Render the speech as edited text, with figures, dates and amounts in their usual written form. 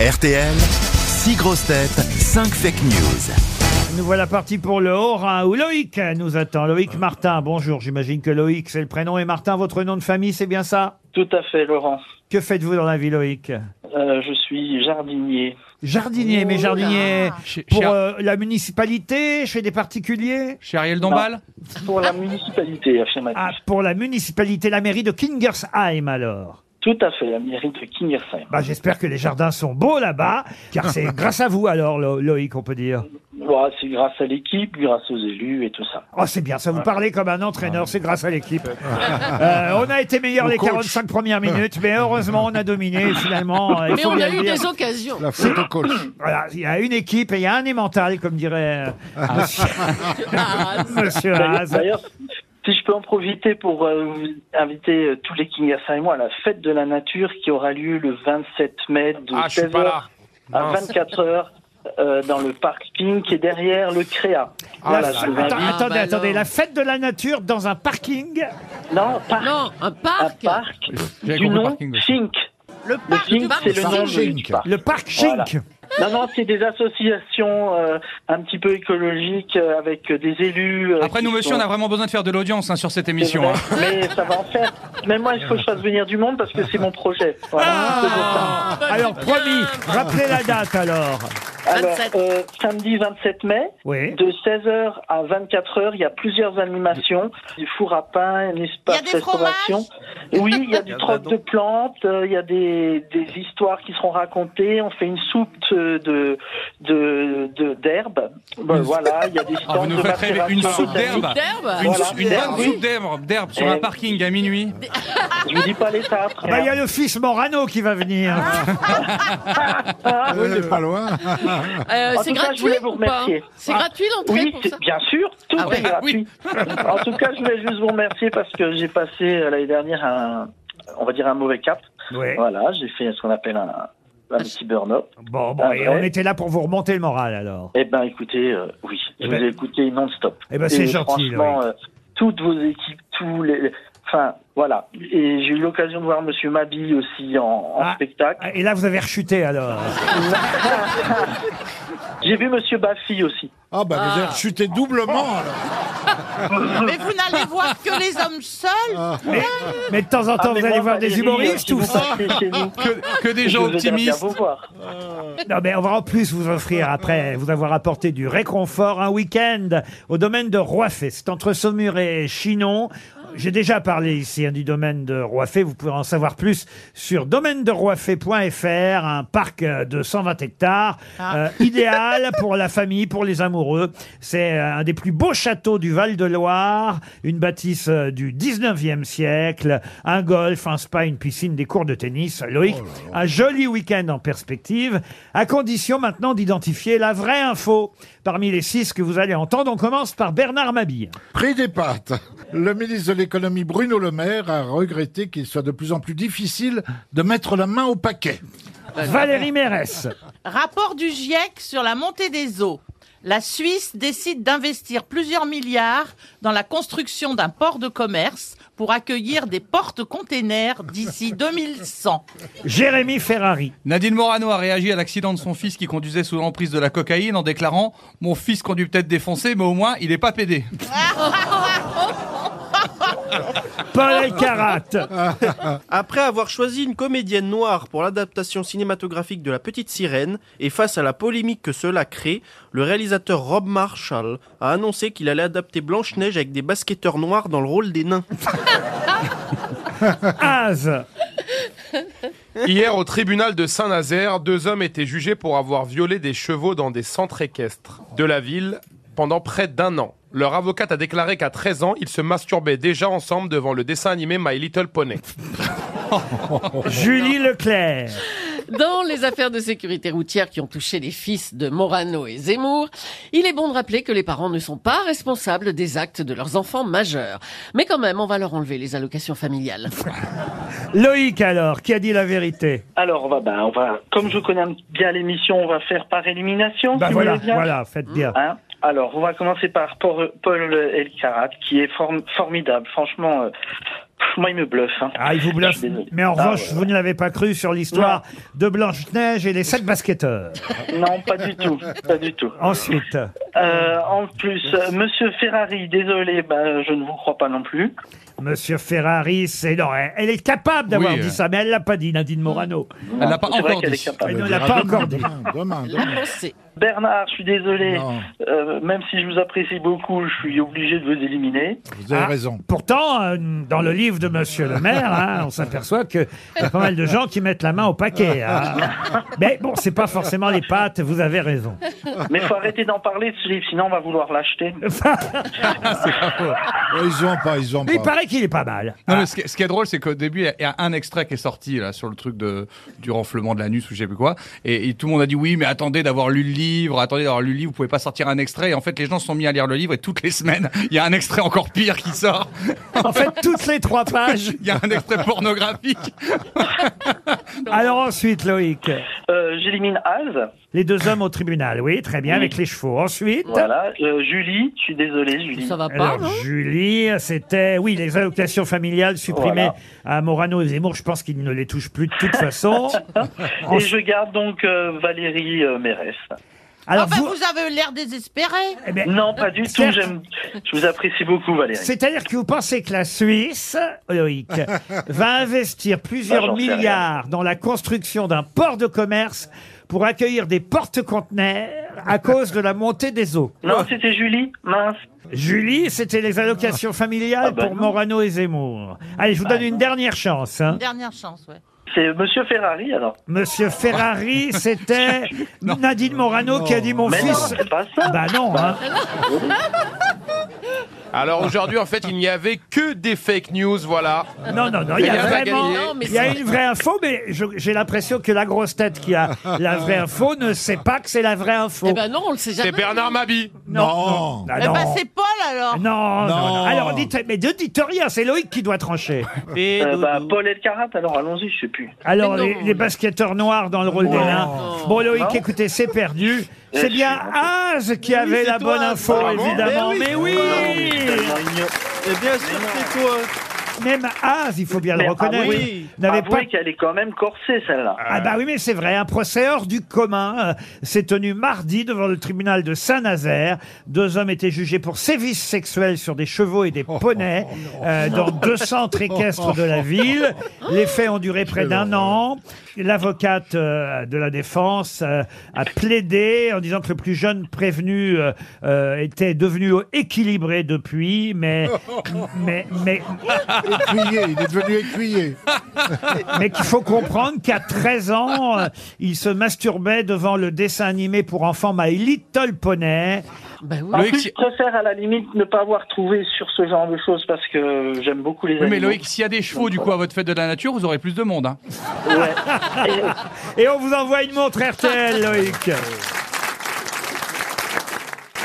RTL, 6 grosses têtes, 5 fake news. Nous voilà partis pour le Haut-Rhin où Loïc nous attend. Loïc Martin, bonjour. J'imagine que Loïc c'est le prénom et Martin votre nom de famille, c'est bien ça? Tout à fait, Laurent. Que faites-vous dans la vie, Loïc? Je suis jardinier. Jardinier, mais jardinier pour la municipalité, chez des particuliers? Chez Ariel Dombal? Pour la municipalité, affirmatif. Ah, pour la municipalité, la mairie de Kingersheim alors. Tout à fait, la mairie de Kingersheim. Bah, j'espère que les jardins sont beaux là-bas, car c'est grâce à vous alors, Loïc, on peut dire. Ouais, c'est grâce à l'équipe, grâce aux élus et tout ça. Oh, c'est bien, ça vous parlez comme un entraîneur, c'est grâce à l'équipe. On a été meilleurs les 45 premières minutes, mais heureusement, on a dominé finalement. Mais on a eu des occasions. La faute au coach. Voilà, il y a une équipe et il y a un émental, comme dirait Monsieur Haas. D'ailleurs, si je peux en profiter pour vous inviter tous les Kingersheimois à la fête de la nature qui aura lieu le 27 mai de 16h à 24h. Dans le parc Pink qui est derrière le Créa. Attendez, la fête de la nature dans un parking? Non, un parc. Un parc du nom Fink. Le Le parc Fink, c'est le nom Fink. du parc. Le parc Chink. Non, c'est des associations un petit peu écologiques avec des élus. Après, nous, monsieur, on a vraiment besoin de faire de l'audience sur cette émission. Hein. Mais ça va en faire. Mais moi, il faut que je fasse venir du monde parce que c'est mon projet. Voilà. Alors, promis, rappelez la date alors. Alors, 27. samedi 27 mai, Oui. de 16h à 24h, il y a plusieurs animations. Du four à pain, un espace Il y a des restauration. Oui, il y a du troc de plantes, il y a des histoires qui seront racontées. On fait une soupe d'herbe. Voilà, il y a des stands Vous nous de faites rêver une macération soupe d'herbe. d'herbe. Une Voilà. bonne Oui. soupe d'herbe sur un parking à minuit. Je vous dis pas l'état après. Bah, il y a le fils Morano qui va venir. Oui, il n'est pas loin. En C'est tout cas, je gratuit voulais vous ou pas? remercier. C'est gratuit l'entrée Oui, pour ça? bien sûr, tout Ah ouais, est gratuit. En tout cas, je voulais juste vous remercier parce que j'ai passé l'année dernière un mauvais cap. Oui. Voilà, j'ai fait ce qu'on appelle un petit burn-out. Bon, Ah, et ouais. on était là pour vous remonter le moral alors. Eh ben, écoutez, oui, je vous ai écouté non-stop. Eh ben, c'est Et gentil, franchement, toutes vos équipes, enfin, voilà. Et j'ai eu l'occasion de voir Monsieur Mabille aussi en spectacle. Et là, vous avez rechuté alors. J'ai vu Monsieur Baffy aussi. Ah, bah, vous avez rechuté doublement, alors. Mais vous n'allez voir que les hommes seuls. Mais de temps en temps, Ah, mais vous allez moi, voir des Valérie, humoristes si ou vous ça? passez chez nous, Que des gens je voudrais bien optimistes. vous voir. Non, mais on va en plus vous offrir, après vous avoir apporté du réconfort, un week-end au domaine de Roiffet. C'est entre Saumur et Chinon. J'ai déjà parlé ici du domaine de Roiffet. Vous pouvez en savoir plus sur domaine-de-roiffet.fr, un parc de 120 hectares, idéal pour la famille, pour les amoureux. C'est un des plus beaux châteaux du Val-de-Loire, une bâtisse du 19e siècle, un golf, un spa, une piscine, des cours de tennis. Loïc, un joli week-end en perspective, à condition maintenant d'identifier la vraie info parmi les 6 que vous allez entendre. On commence par Bernard Mabille. Prix des pâtes. Le ministre de l'économie Bruno Le Maire a regretté qu'il soit de plus en plus difficile de mettre la main au paquet. Valérie Mérès. Rapport du GIEC sur la montée des eaux. La Suisse décide d'investir plusieurs milliards dans la construction d'un port de commerce pour accueillir des porte-containers d'ici 2100. Jérémy Ferrari. Nadine Morano a réagi à l'accident de son fils qui conduisait sous l'emprise de la cocaïne en déclarant « Mon fils conduit peut-être défoncé, mais au moins, il n'est pas pédé. » Paul Elkarat. Après avoir choisi une comédienne noire pour l'adaptation cinématographique de La Petite Sirène, et face à la polémique que cela crée, le réalisateur Rob Marshall a annoncé qu'il allait adapter Blanche-Neige avec des basketteurs noirs dans le rôle des nains. Az. Hier, au tribunal de Saint-Nazaire, 2 hommes étaient jugés pour avoir violé des chevaux dans des centres équestres de la ville pendant près d'1 an. Leur avocate a déclaré qu'à 13 ans, ils se masturbaient déjà ensemble devant le dessin animé My Little Pony. Julie Leclerc. Dans les affaires de sécurité routière qui ont touché les fils de Morano et Zemmour, il est bon de rappeler que les parents ne sont pas responsables des actes de leurs enfants majeurs. Mais quand même, on va leur enlever les allocations familiales. Loïc alors, qui a dit la vérité? Alors, on va, comme je connais bien l'émission, on va faire par élimination. Bah si vous voilà, voulez bien. voilà, faites bien. Hein. Alors, on va commencer par Paul Elkarat, qui est formidable. Franchement, Moi, il me bluffe. Hein. Ah, il vous bluffe. Je suis désolé. Mais en revanche, ouais. vous ne l'avez pas cru sur l'histoire de Blanche-Neige et les 7 basketteurs. Non, pas du tout. Pas du tout. Ensuite, En plus, Monsieur Ferrari, désolé, je ne vous crois pas non plus. Monsieur Ferrari, non, elle est capable d'avoir Oui, dit ça, mais elle l'a pas dit, Nadine Morano. Elle l'a pas C'est vrai encore qu'elle dit. est capable. Elle ne On l'a verra pas demain, encore dit. demain. Pensez. Bernard, je suis désolé. Non. Même si je vous apprécie beaucoup, je suis obligé de vous éliminer. Vous avez raison. Pourtant, dans le livre de Monsieur le maire, hein, on s'aperçoit qu'il y a pas mal de gens qui mettent la main au paquet. Hein. Mais bon, c'est pas forcément les pâtes, vous avez raison. Mais il faut arrêter d'en parler de ce livre, sinon on va vouloir l'acheter. Ils ont pas. Mais il paraît qu'il est pas mal. Non, mais ce qui est drôle, c'est qu'au début, il y a un extrait qui est sorti là, sur le truc du renflement de l'anus ou je sais plus quoi. Et tout le monde a dit oui, mais attendez d'avoir lu le livre, vous pouvez pas sortir un extrait. Et en fait, les gens se sont mis à lire le livre et toutes les semaines, il y a un extrait encore pire qui sort. En fait, toutes les 3 pages. Il y a un extrait pornographique. Alors ensuite, Loïc, J'élimine Az. les 2 hommes au tribunal. Oui, très bien, Oui. avec les chevaux. Ensuite, Voilà. Julie, je suis désolé, Julie. Ça va pas, alors, non Julie, c'était, oui, les allocations familiales supprimées Voilà. à Morano et Zemmour. Je pense qu'ils ne les touchent plus de toute façon. Et je garde donc Valérie Mérès. Alors, Enfin, vous avez l'air désespéré. eh bien, Non, pas du tout. certes. Je vous apprécie beaucoup, Valérie. c'est-à-dire que vous pensez que la Suisse, Loïc, va investir plusieurs j'en sais rien. milliards dans la construction d'un port de commerce pour accueillir des porte-conteneurs à cause de la montée des eaux. Non, c'était Julie. Mince. Julie, c'était les allocations familiales pour non. Morano et Zemmour. Allez, je vous donne une dernière chance. Hein. Une dernière chance, ouais. C'est Monsieur Ferrari, alors. Monsieur Ferrari, c'était Nadine Morano qui a dit mon Mais non, fils. c'est pas ça. Bah non, hein. Alors aujourd'hui, en fait, il n'y avait que des fake news, voilà. Non, il y a Rien à vraiment, gagner. Non, mais il y a c'est- une vraie info, mais j'ai l'impression que la grosse tête qui a la vraie info ne sait pas que c'est la vraie info. Eh ben non, on le sait jamais. C'est Bernard Mabie. Non. Ah, Eh non. ben, c'est Paul, alors. Non. Alors dites, mais ne dites rien, c'est Loïc qui doit trancher. Paul Elkarat, alors allons-y, je sais plus. Alors Mais non. les basketteurs noirs dans le rôle des nains. Bon Loïc, Non. écoutez, c'est perdu. C'est je bien Az qui avait la bonne info, Ah bon évidemment. Mais oui, Eh bien sûr, c'est toi. Même Az, il faut bien le Mais reconnaître, oui. n'avait pas. Avouez qu'elle est quand même corsée, celle-là. Ah bah oui, mais c'est vrai, un procès hors du commun s'est tenu mardi devant le tribunal de Saint-Nazaire. 2 hommes étaient jugés pour sévices sexuels sur des chevaux et des poneys dans 2 centres équestres de la ville. Les faits ont duré près d'1 an. L'avocate de la défense a plaidé en disant que le plus jeune prévenu était devenu équilibré depuis, mais Écuyer, il est devenu écuyer. mais qu'il faut comprendre qu'à 13 ans, il se masturbait devant le dessin animé pour enfants My Little Pony. Ben oui. En Loïc, plus, si- je préfère à la limite ne pas avoir trouvé sur ce genre de choses parce que j'aime beaucoup les Oui, animaux. mais Loïc, s'il y a des chevaux, du coup, à votre fête de la nature, vous aurez plus de monde. Hein. Ouais. Et- Et on vous envoie une montre RTL, Loïc.